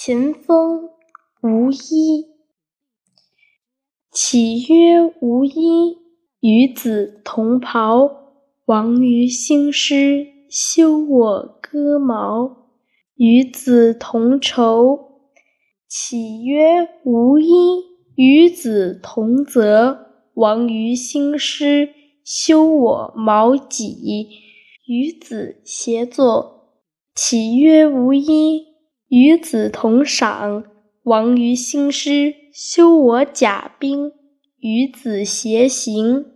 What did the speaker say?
秦风·无衣。岂曰无衣，与子同袍。王于兴师，修我戈矛。与子同酬。岂曰无衣，与子同责。王于兴师，修我矛戟。与子偕作。岂曰无衣，与子同赏。王于兴师，修我甲兵。与子偕行。